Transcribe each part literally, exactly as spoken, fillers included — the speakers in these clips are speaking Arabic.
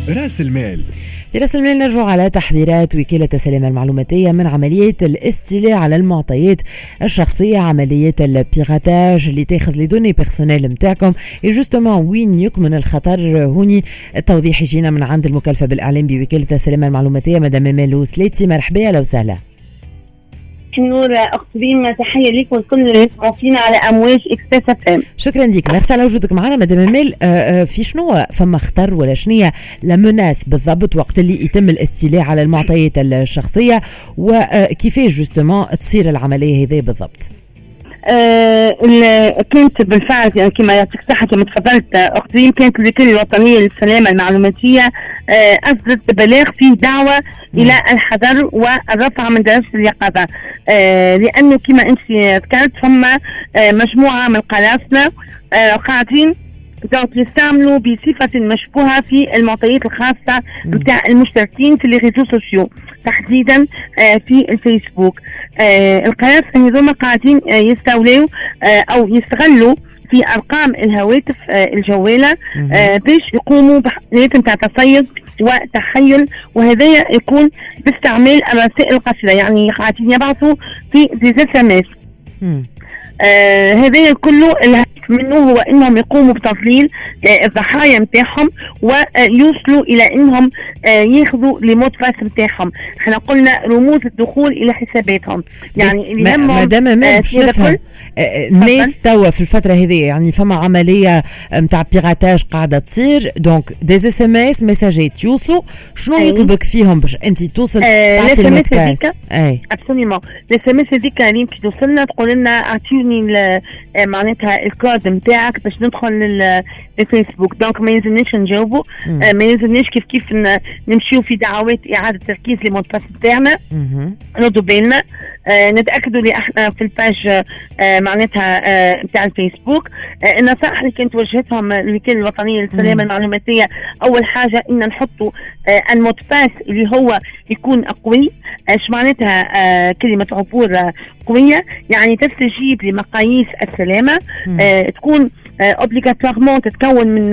راس المال. في راس المال نرجع على تحذيرات وكالة السلامة المعلوماتية من عملية الاستيلاء على المعطيات الشخصية، عملية البيراتاج اللي تاخذ لي دوني بيرسونيل متاعكم. جوستومون وين يكمن الخطر هوني؟ التوضيح يجينا من عند المكلفة بالإعلام بوكالة السلامة المعلوماتية مدام مالو سليتي. مرحبا، لو سهلا. نور اخت ريم، تحيه ليك والكل اللي يسمعوا فينا على امواج اكس اف ام. شكرا ليك، ميرسي على وجودك معنا مدام مال. في شنو فما خطر ولا شنية لمناس بالضبط وقت اللي يتم الاستيلاء على المعطيات الشخصيه، وكيفاش جوستومون تصير العمليه هذه بالضبط؟ آه كانت بالفعل يعني كما يعطيك الصحه كما تفضلت اخت ريم، كانت الوكاله الوطنيه للسلامه المعلوماتيه آه اصدرت بلاغ فيه دعوه م. الى الحذر والرفع من درجه اليقظه، آه لانه كما انت ذكرت فما آه مجموعه من قراصنه آه قاعدين دونك يستعملوا بصفة مشبوهة في المعطيات الخاصة بتاع المشتركين في الريزو سوسيو، تحديدا آه في الفيسبوك. آه القراصنة هذوما قاعدين آه يستولوا آه أو يستغلوا في أرقام الهواتف آه الجوالة آه باش يقوموا بعمليات نتاع تصيد وتحيل، وهذا يكون باستعمال الرسائل القصيرة، يعني قاعدين يبعثوا في دي اس ام اس. آه هذا كله الهدف منه هو انهم يقوموا بتضليل آه الضحايا متاعهم ويوصلوا الى انهم آه ياخذوا لي مود باس متاعهم. احنا قلنا رموز الدخول الى حساباتهم، يعني اللي هم مادام ما باش نفهم الناس توا في الفتره هذه يعني فما عمليه نتاع بيراتاج قاعده تصير، دونك دي اس ام اس ميساجات يوصلوا، شنو يطلبك فيهم باش انت توصل تعطي المود باس؟ اي ابسوليومون الاس ام اس هذيك اللي باش توصلنا تقول لنا اعطيوني معناتها الكود نتاعك باش ندخل للفيسبوك. دونك ما يلزمناش نجاوبوا، آه ما يلزمناش كيف كيف نمشيو في دعوات اعاده تركيز لمود باس نتاعنا، نردوا بالنا آه نتاكدوا اللي احنا في الباج آه معناتها آه نتاع الفيسبوك. آه النصائح اللي كانت وجهتهم الوكاله الوطنيه للسلامه المعلوماتيه، اول حاجه ان نحطوا آه المود باس اللي هو يكون قوي. ايش معناتها آه كلمه عبور آه قويه؟ يعني تستجيب لمقاييس السلامه، آه تكون اوبليغاتوارمون تتكون من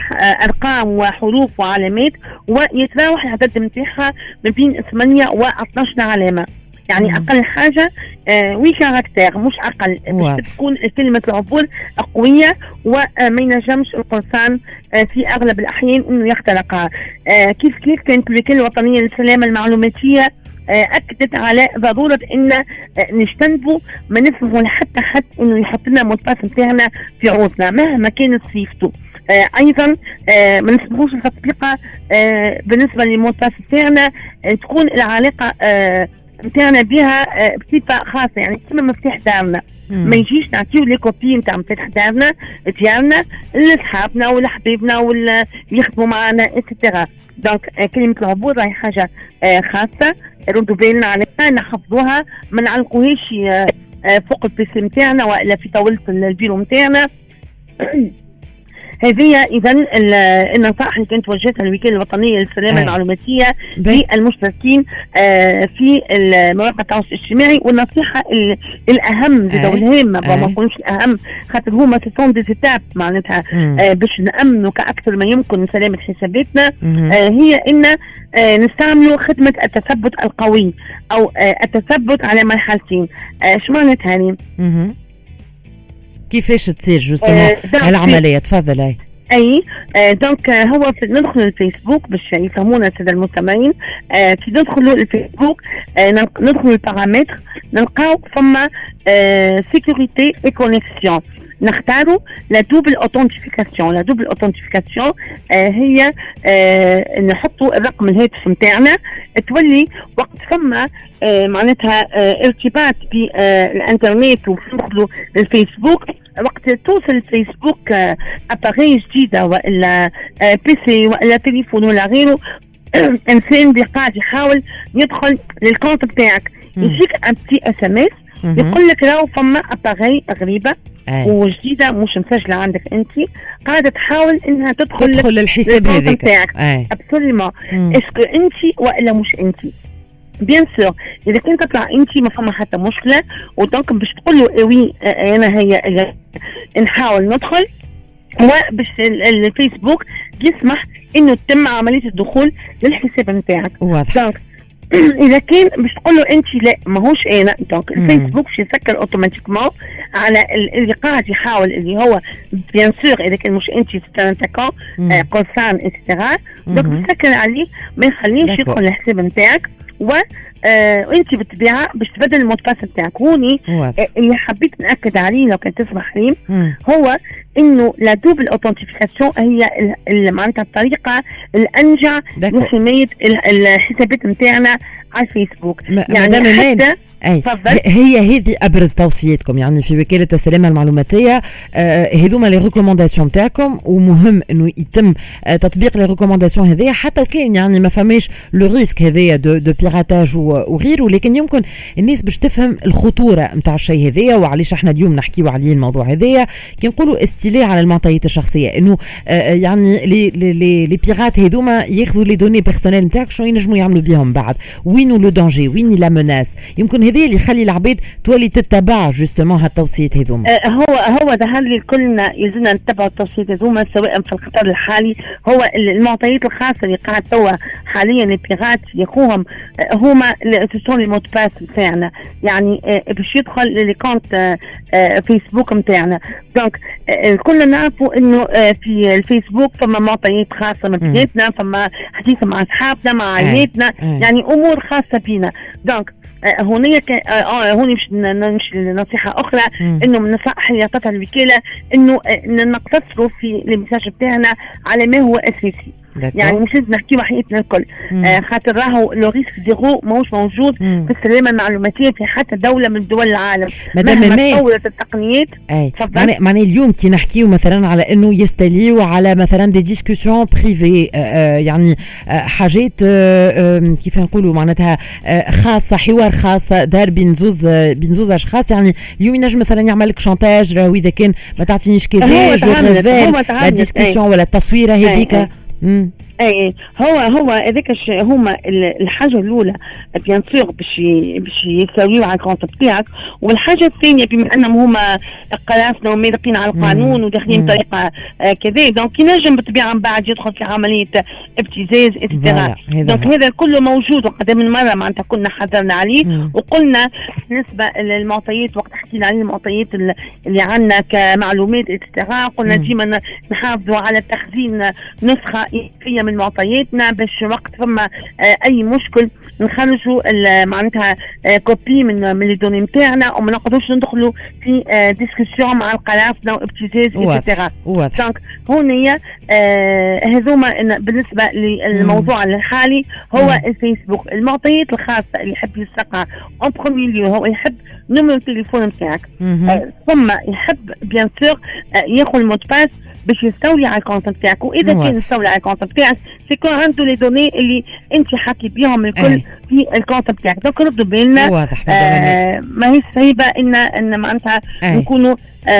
ارقام وحروف وعلامات، ويتراوح العدد نتاعها ما بين ثمانية و اثني عشر علامه، يعني مم. اقل حاجه آه وي كاركتير مش اقل باش تكون كلمه العبور قويه وما ينجمش القرصان آه في اغلب الاحيان انه يخترقها. آه كيف كيف كانت الوكاله الوطنيه للسلامه المعلوماتيه أكدت على ضرورة إن نجتنبوا ما نسمحوا لحتى حد إنه يحط لنا مود باس نتاعنا في عوزنا مهما كانت صيغته. آه أيضا آه ما نسمحوش التطبيقة آه بالنسبة للمود باس نتاعنا آه تكون العلاقة آه نتاعنا بها آه بصفة خاصة، يعني كما مفتاح دارنا ما يجيش نعطيو لي كوبي نتاع مفتاح دارنا ديالنا لأصحابنا ولا حبيبنا ولا يخدموا معنا اكسترا. دونك آه كلمة العبور راهي حاجة آه خاصة، ردوا بالنا عليها، نحفظوها، ما نعلقوهاش آه آه فوق البيسي نتاعنا ولا في طاولة البيرو نتاعنا. هذه اذا النصائح اللي كانت وجهتها الوكاله الوطنيه للسلامه المعلوماتيه للمشتركين آه في المواقع التواصل الاجتماعي. والنصيحه الاهم والهامه ما نقولش الاهم خاطر هما سيسون دي زيتاب معناتها آه باش نامنوا كاكثر ما يمكن سلامه حساباتنا، آه هي ان آه نستعملوا خدمه التثبت القوي او آه التثبت على مرحلتين. آه شو معناتها هذه؟ كيفاش تصير جوستومون هالعمليه؟ تفضل. اي اي آه دونك آه هو في ندخل الفيسبوك باش يفهمونا الساده المستمعين. آه كي ندخلوا الفيسبوك آه ندخلوا البارامتر نلقاو فما آه سيكوريتي اي كونيكسيون، نختاروا لا دوبل اوثنتيفيكاسيون. لا دوبل اوثنتيفيكاسيون آه هي آه نحطوا الرقم الهاتف نتاعنا، تولي وقت فما آه معناتها آه ارتباط بالانترنت وندخلوا الفيسبوك، وقت توصل الفيسبوك آه اباري جديده ولا آه بيسي ولا تليفون ولا غيره، انسان بقاعد يحاول يدخل للكونت بتاعك، يجيك ان بتي اس ام اس يقول لك راهو فما اباري غريبه أي. وجديده مش مسجله عندك، انت قاعده تحاول انها تدخل تدخل للحساب هذاك ابسوليومون. اسكو انت والا مش انت؟ بيان سور اذا كنت تطلع انت ما فما حتى مشكله، ودونك باش تقول له وي انا هي نحاول ندخل، وباش الفيسبوك يسمح انه تتم عمليه الدخول للحساب نتاعك. واضح. اذا كان باش تقول له انت لا ماهوش انا، دونك الفيسبوك باش يسكر اوتوماتيكمون على اللي قاعد يحاول اللي هو بيان سور اذا كان مش انت ستانتاكون قرصان اكسترا، دونك يسكر عليه ما يخليش يدخل الحساب نتاعك. و آه وانت بالطبيعه باش تبدل المود باس نتاعك. هوني آه اللي حبيت ناكد عليه لو كان تسمح لي هو انه لا دوبل اوثنتيفيكاسيون هي معناتها الطريقه الانجع لحمايه الحسابات نتاعنا على الفيسبوك. يعني حتى أي. هي هذه ابرز توصياتكم يعني في وكاله السلامه المعلوماتيه، هذوما لي ريكومونداسيون نتاعكم، ومهم انه يتم آه تطبيق لي ريكومونداسيون هذيا حتى وكان يعني ما فماش لو ريسك هذايا دو, دو بيراتاج وغيره، لكن يمكن الناس باش تفهم الخطوره نتاع الشيء هذايا وعلاش احنا اليوم نحكيو عليه الموضوع هذايا. كي نقولوا استيلاء على المعطيات الشخصيه، انه آه يعني لي لي لي بيرات هذوما ياخذوا لي دوني بيرسونيل نتاعك، شنو ينجموا يعملوا بهم بعد، وين لو دانجي، وين لا مناس. يمكن هذا اللي يخلي العباد تولي تتبع جوستومون هالتوصيات هذوما. آه هو هو ظهر لي كلنا يلزمنا نتبعوا التوصيات هذوما سواء في الخطر الحالي. هو المعطيات الخاصه اللي قاعد توا حاليا البيرات ياخوهم آه هما سون لي مود باس نتاعنا، يعني آه باش يدخل لي كونت آه آه فيسبوك نتاعنا. دونك آه كلنا نعرفوا انه آه في الفيسبوك فما معطيات خاصه من بيتنا، فما حديث مع اصحابنا مع عائلتنا، يعني امور خاصه بينا. دونك آه هونية اه هوني مش نمشي نصيحة أخرى إنه من نصائح اللي عطتها الوكالة إنه آه نقتصروا في المساج بتاعنا على ما هو أساسي. يعني مش لازم نحكي حقيقتنا الكل، آه خاطر راهو لو ريسك زيرو ماهوش موجود في السلامه المعلوماتيه في حتى دوله من دول العالم مهما تطورت التقنيات. معناها معناها اليوم كي نحكيو مثلا على انه يستليو على مثلا دي ديسكوسيون بريفي، آه يعني آه حاجات آه آه كيف نقولوا معناتها آه خاصه، حوار خاص دار بين زوز آه بين زوز اشخاص. يعني اليوم ينجم مثلا يعمل لك شانتاج، راهو اذا كان ما تعطينيش كذا جو ريفيل لا ديسكوسيون ولا التصويره هذيك. امم اي هو هو هذاك هما الحاجه الاولى بيان سور باش باش يساويو على الكونت بتاعك، والحاجه الثانيه بما انهم هما قراسنا ومارقين على القانون وداخلين بطريقه آه كذا، دونك ينجم بالطبيعه من بعد يدخل في عمليه ابتزاز اتسرا. دونك هذا كله موجود وقد من مره معناتها كنا حذرنا عليه. مم. وقلنا بالنسبه للمعطيات وقت حكينا على المعطيات اللي عندنا كمعلومات اتسرا، قلنا ديما نحافظوا على تخزين نسخه فيها من معطياتنا باش وقت فما آه اي مشكل نخرجوا معناتها آه كوبي من من لي دوني نتاعنا وما نقدروش ندخلوا في آه ديسكسيون مع القرافنه وابتزاز ايتترا. دونك هونية آه هذوما بالنسبه للموضوع الحالي هو مم. الفيسبوك. المعطيات الخاصه اللي يحب يسرقها اون برومي ليو هو يحب نمرو التليفون نتاعك، آه ثم يحب بيان سور آه ياخذ المود باس باش يستولي على الكونت نتاعك. واذا كان يستولي على الكونت نتاعك سيكون عنده لي دوني اللي انت حكي بيهم الكل أي. في الكونت نتاعك. دونك ردوا بالنا آه ما هي صعيبه ان ان معناتها نكونوا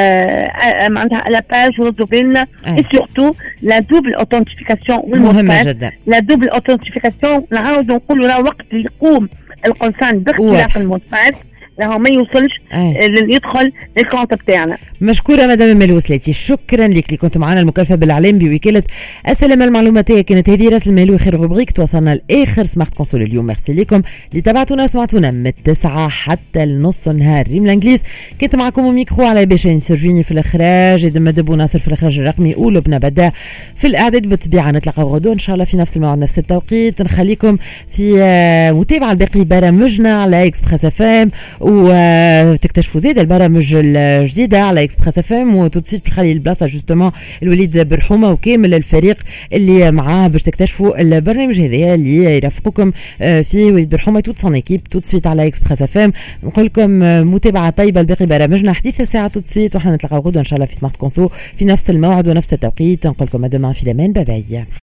آه معناتها على باج وردوا بالنا. اي سورتو لا دوبل اوثنتيفيكاسيون مهمه جدا. لا دوبل اوثنتيفيكاسيون نعاودوا نقولوا لا وقت اللي يقوم القرصان باختراق المود باس راهو ما يوصلش اللي يدخل الكونت بتاعنا. مشكوره مدام مالي وصلتي، شكرا لك اللي كنت معنا المكلفه بالاعلام بوكاله السلامه المعلوماتيه. كانت هذه راس المال خير روبريك. توصلنا لاخر سمارت كونسول اليوم. ميرسي لكم اللي تابعتونا سمعتونا من التسعه حتى النص نهار. ريم الانجليز كنت معكم وميكرو على باشا سجيني في الاخراج، ادم مدبو ناصر في الاخراج الرقمي، ولبنى بدا في الاعداد. بالطبيعه نتلاقى غدوه ان شاء الله في نفس الموعد نفس التوقيت. نخليكم في متابعه لباقي برامجنا على اكسبريس اف ام، وتكتشفوا زيد البرامج الجديده على اكسبريس اف ام. وتوتسيت بنخلي البلاصه جوستومون الوليد برحومه وكامل الفريق اللي معاه باش تكتشفوا البرنامج هذا اللي يرافقكم فيه وليد برحومه توت سون ايكيب. توتسيت على اكسبريس اف ام. نقول لكم متابعه طيبه لباقي برامجنا. حديث الساعه توتسيت، وحنا نتلاقاو غدوه ان شاء الله في سمارت كونسو في نفس الموعد ونفس التوقيت. نقول لكم ادمان في الامان. باي باي.